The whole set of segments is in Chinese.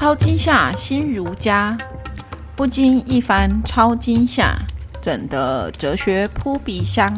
超惊吓新儒家，不经一番超惊吓，整得哲学扑鼻香。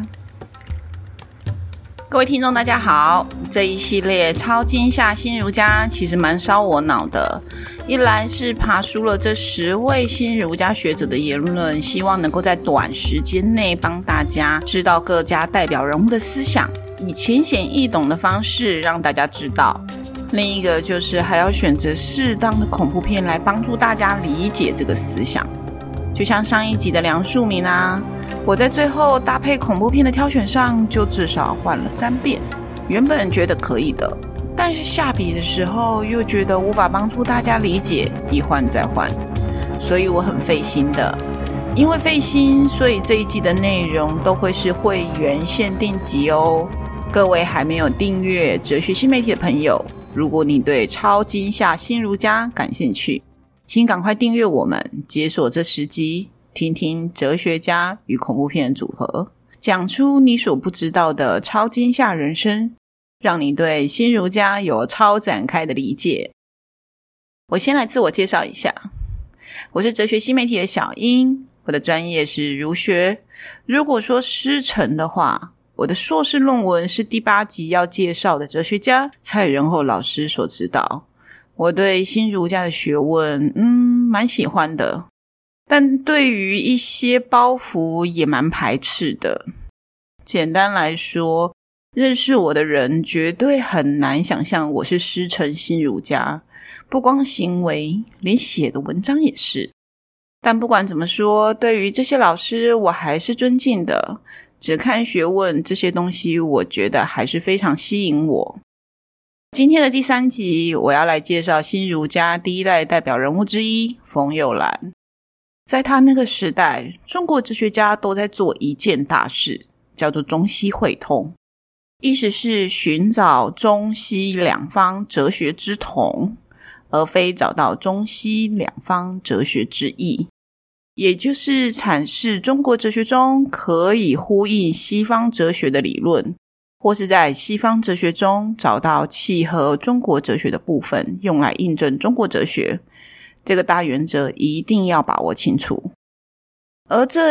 各位听众大家好，这一系列超惊吓新儒家其实蛮烧我脑的。一来是爬梳了这10位新儒家学者的言论，希望能够在短时间内帮大家知道各家代表人物的思想，以浅显易懂的方式让大家知道。另一个就是还要选择适当的恐怖片来帮助大家理解这个思想。就像上一集的梁漱溟啊，我在最后搭配恐怖片的挑选上就至少换了3遍。原本觉得可以的，但是下笔的时候又觉得无法帮助大家理解，一换再换，所以我很费心的。因为费心，所以这一季的内容都会是会员限定集哦。各位还没有订阅哲学新媒体的朋友，如果你对超惊吓新儒家感兴趣，请赶快订阅我们，解锁这10集，听听哲学家与恐怖片组合，讲出你所不知道的超惊吓人生，让你对新儒家有超展开的理解。我先来自我介绍一下，我是哲学新媒体的小英，我的专业是儒学。如果说师承的话，我的硕士论文是第8集要介绍的哲学家蔡仁厚老师所指导。我对新儒家的学问蛮喜欢的，但对于一些包袱也蛮排斥的。简单来说，认识我的人绝对很难想象我是师承新儒家，不光行为，连写的文章也是。但不管怎么说，对于这些老师我还是尊敬的，只看学问这些东西我觉得还是非常吸引我。今天的第3集，我要来介绍新儒家第一代代表人物之一冯友兰。在他那个时代，中国哲学家都在做一件大事，叫做中西会通，意思是寻找中西两方哲学之同，而非找到中西两方哲学之异，也就是阐释中国哲学中可以呼应西方哲学的理论，或是在西方哲学中找到契合中国哲学的部分，用来印证中国哲学。这个大原则一定要把握清楚。而这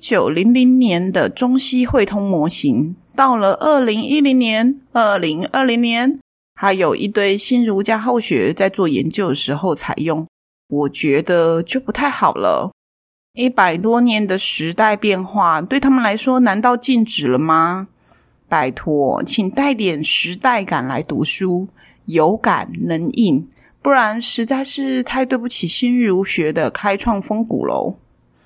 1900年的中西会通模型，到了2010年、2020年，还有一堆新儒家后学在做研究的时候采用，我觉得就不太好了。100多年的时代变化，对他们来说难道静止了吗？拜托，请带点时代感来读书，有感能印，不然实在是太对不起新儒学的开创风骨咯。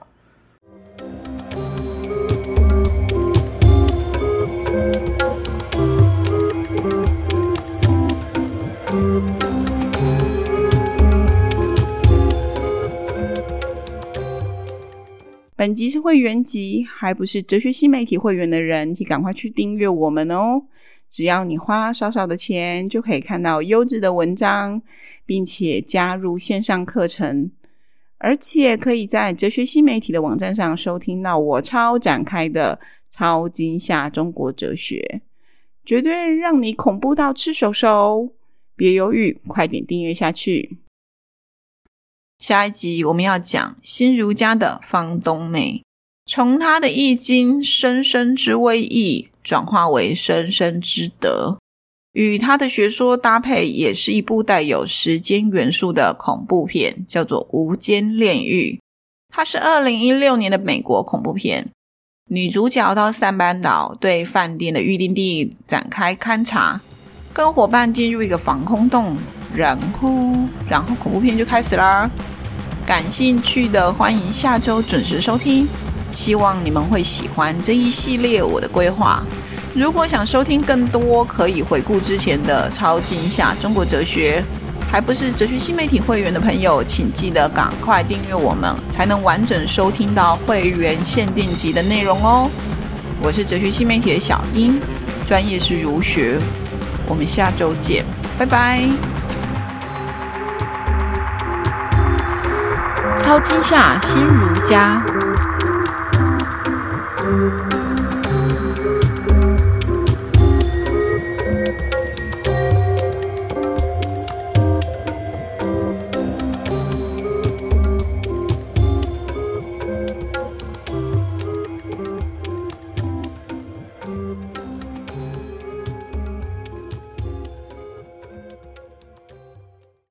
本集是会员集，还不是哲学新媒体会员的人，请赶快去订阅我们哦。只要你花少少的钱，就可以看到优质的文章，并且加入线上课程，而且可以在哲学新媒体的网站上收听到我超展开的超惊吓中国哲学，绝对让你恐怖到吃手手。别犹豫，快点订阅下去。下一集我们要讲新儒家的方东妹，从她的易经生生之谓易转化为生生之德，与她的学说搭配，也是一部带有时间元素的恐怖片，叫做无间炼狱。它是2016年的美国恐怖片，女主角到三班岛对饭店的预定地展开勘察，跟伙伴进入一个防空洞，然后恐怖片就开始啦。感兴趣的欢迎下周准时收听，希望你们会喜欢这一系列我的规划。如果想收听更多，可以回顾之前的超惊吓中国哲学。还不是哲学新媒体会员的朋友，请记得赶快订阅我们，才能完整收听到会员限定集的内容哦。我是哲学新媒体的小英，专业是儒学。我们下周见，拜拜。超惊吓新儒家。